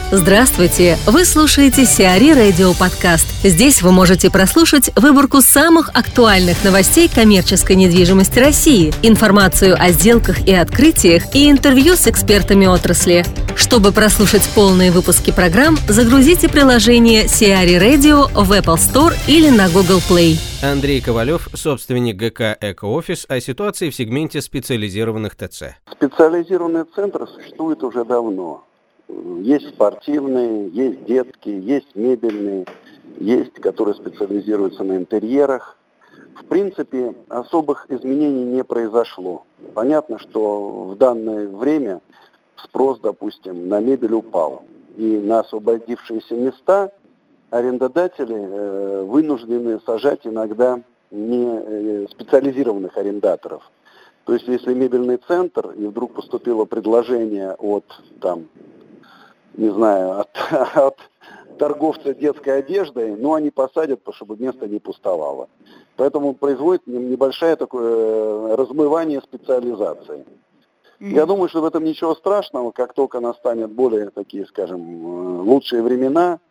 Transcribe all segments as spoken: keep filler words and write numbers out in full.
Здравствуйте! Вы слушаете Сиари Радио Подкаст. Здесь вы можете прослушать выборку самых актуальных новостей коммерческой недвижимости России, информацию о сделках и открытиях и интервью с экспертами отрасли. Чтобы прослушать полные выпуски программ, загрузите приложение Сиари Radio в Apple Store или на Google Play. Андрей Ковалев, собственник ГК «Эко-офис», о ситуации в сегменте специализированных ТЦ. Специализированные центры существуют уже давно. Есть спортивные, есть детские, есть мебельные, есть, которые специализируются на интерьерах. В принципе, особых изменений не произошло. Понятно, что в данное время спрос, допустим, на мебель упал. И на освободившиеся места арендодатели э, вынуждены сажать иногда не э, специализированных арендаторов. То есть, если мебельный центр, и вдруг поступило предложение от, там, не знаю, от, от торговца детской одеждой, но они посадят, чтобы место не пустовало. Поэтому производит небольшое такое размывание специализации. Mm-hmm. Я думаю, что в этом ничего страшного. Как только настанет более такие, скажем, лучшие времена,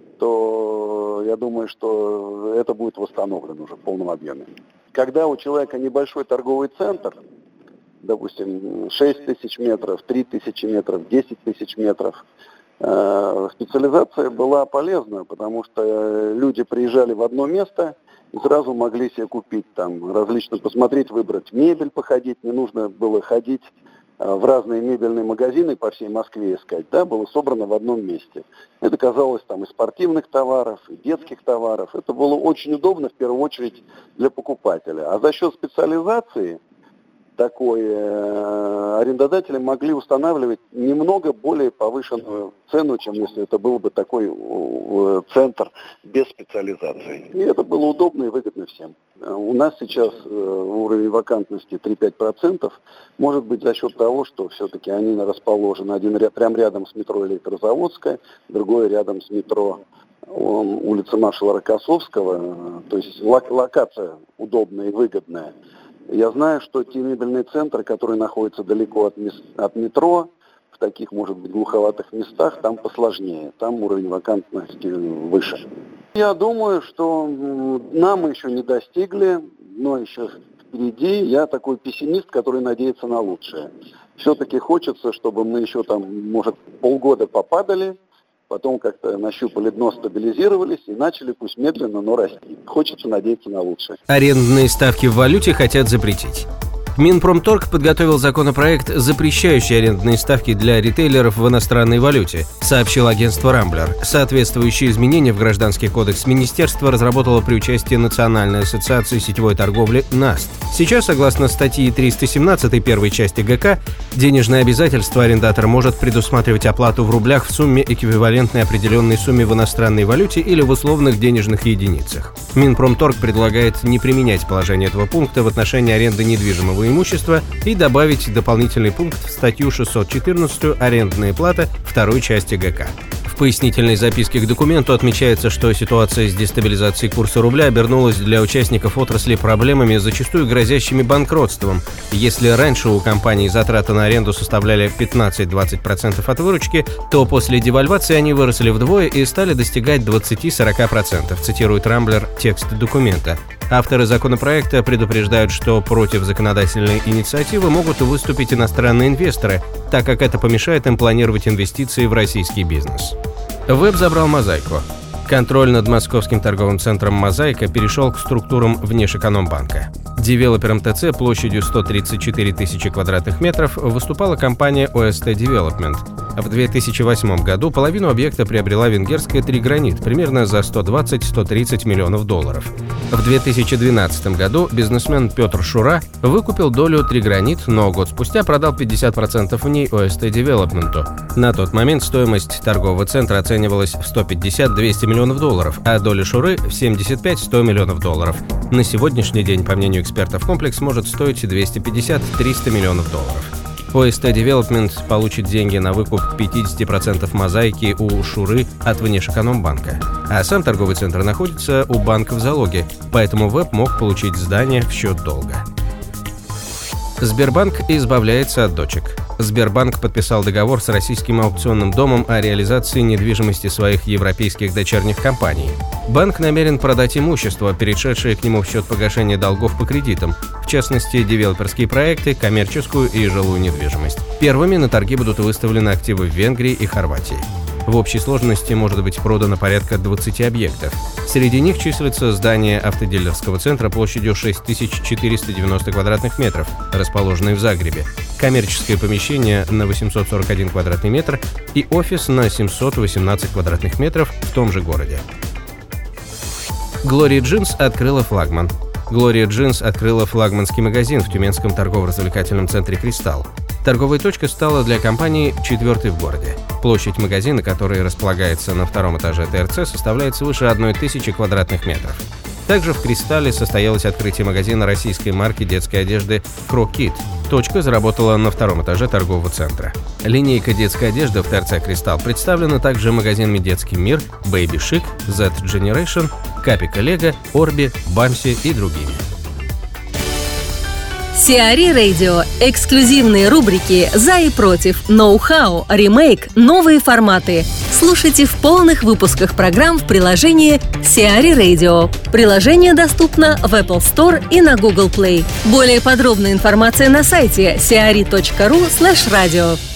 то я думаю, что это будет восстановлено уже в полном объеме. Когда у человека небольшой торговый центр, допустим, шесть тысяч метров, три тысячи метров, десять тысяч метров, специализация была полезна, потому что люди приезжали в одно место и сразу могли себе купить там различно, посмотреть, выбрать мебель, походить. Не нужно было ходить в разные мебельные магазины по всей Москве искать, да, было собрано в одном месте. Это казалось там и спортивных товаров, и детских товаров. Это было очень удобно, в первую очередь, для покупателя. А за счет специализации такой э, арендодатели могли устанавливать немного более повышенную цену, чем если это был бы такой э, центр без специализации. И это было удобно и выгодно всем. У нас сейчас э, уровень вакантности три-пять процентов. Может быть за счет того, что все-таки они расположены один ряд, прямо рядом с метро Электрозаводская, другой рядом с метро улица маршала Рокоссовского. То есть локация удобная и выгодная. Я знаю, что те мебельные центры, которые находятся далеко от, мес- от метро, в таких, может быть, глуховатых местах, там посложнее, там уровень вакантности выше. Я думаю, что нам мы еще не достигли, но еще впереди. Я такой пессимист, который надеется на лучшее. Все-таки хочется, чтобы мы еще там, может, полгода попадали, потом как-то нащупали дно, стабилизировались и начали, пусть медленно, но расти. Хочется надеяться на лучшее. Арендные ставки в валюте хотят запретить. Минпромторг подготовил законопроект, запрещающий арендные ставки для ритейлеров в иностранной валюте, сообщил агентство Рамблер. Соответствующие изменения в Гражданский кодекс министерство разработало при участии Национальной ассоциации сетевой торговли НАСТ. Сейчас, согласно статьи триста семнадцать первой части ГК, денежное обязательство арендатор может предусматривать оплату в рублях в сумме, эквивалентной определенной сумме в иностранной валюте или в условных денежных единицах. Минпромторг предлагает не применять положение этого пункта в отношении аренды недвижимого имущества и добавить дополнительный пункт в статью шестьсот четырнадцать «Арендная плата» второй части ГК. В пояснительной записке к документу отмечается, что ситуация с дестабилизацией курса рубля обернулась для участников отрасли проблемами, зачастую грозящими банкротством. Если раньше у компаний затраты на аренду составляли пятнадцать-двадцать процентов от выручки, то после девальвации они выросли вдвое и стали достигать двадцать-сорок процентов, цитирует Рамблер текст документа. Авторы законопроекта предупреждают, что против законодательной инициативы могут выступить иностранные инвесторы, так как это помешает им планировать инвестиции в российский бизнес. Веб забрал «Мозаику». Контроль над московским торговым центром «Мозаика» перешел к структурам Внешэкономбанка. Девелопером ТЦ площадью сто тридцать четыре тысячи квадратных метров выступала компания о эс тэ Development. В две тысячи восьмом году половину объекта приобрела венгерская «Тригранит» примерно за сто двадцать - сто тридцать миллионов долларов. В две тысячи двенадцатом году бизнесмен Петр Шура выкупил долю «Тригранит», но год спустя продал пятьдесят процентов в ней о эс тэ Development. На тот момент стоимость торгового центра оценивалась в сто пятьдесят - двести миллионов долларов, а доля Шуры в семьдесят пять - сто миллионов долларов. На сегодняшний день, по мнению экспертов, комплекс может стоить двести пятьдесят - триста миллионов долларов. о эс тэ Development получит деньги на выкуп пятьдесят процентов «Мозаики» у Шуры от Внешэкономбанка. А сам торговый центр находится у банка в залоге, поэтому Веб мог получить здание в счет долга. Сбербанк избавляется от дочек. Сбербанк подписал договор с российским аукционным домом о реализации недвижимости своих европейских дочерних компаний. Банк намерен продать имущество, перешедшее к нему в счет погашения долгов по кредитам, в частности, девелоперские проекты, коммерческую и жилую недвижимость. Первыми на торги будут выставлены активы в Венгрии и Хорватии. В общей сложности может быть продано порядка двадцати объектов. Среди них числится здание автодилерского центра площадью шесть тысяч четыреста девяносто квадратных метров, расположенное в Загребе, коммерческое помещение на восемьсот сорок один квадратный метр и офис на семьсот восемнадцать квадратных метров в том же городе. Glory Jeans открыла флагман. Glory Jeans открыла флагманский магазин в тюменском торгово-развлекательном центре «Кристалл». Торговая точка стала для компании четвертой в городе. Площадь магазина, который располагается на втором этаже ТРЦ, составляет свыше одной тысячи квадратных метров. Также в «Кристалле» состоялось открытие магазина российской марки детской одежды «Крокит». Точка заработала на втором этаже торгового центра. Линейка детской одежды в ТРЦ «Кристалл» представлена также магазинами «Детский мир», «Baby Chic», «Z Generation», «Капика Лего», «Орби», «Бамси» и другими. Сиари Radio. Эксклюзивные рубрики «За и против», «Ноу-хау», «Ремейк», «Новые форматы». Слушайте в полных выпусках программ в приложении Сиари Radio. Приложение доступно в Apple Store и на Google Play. Более подробная информация на сайте сиари точка ру слэш радио.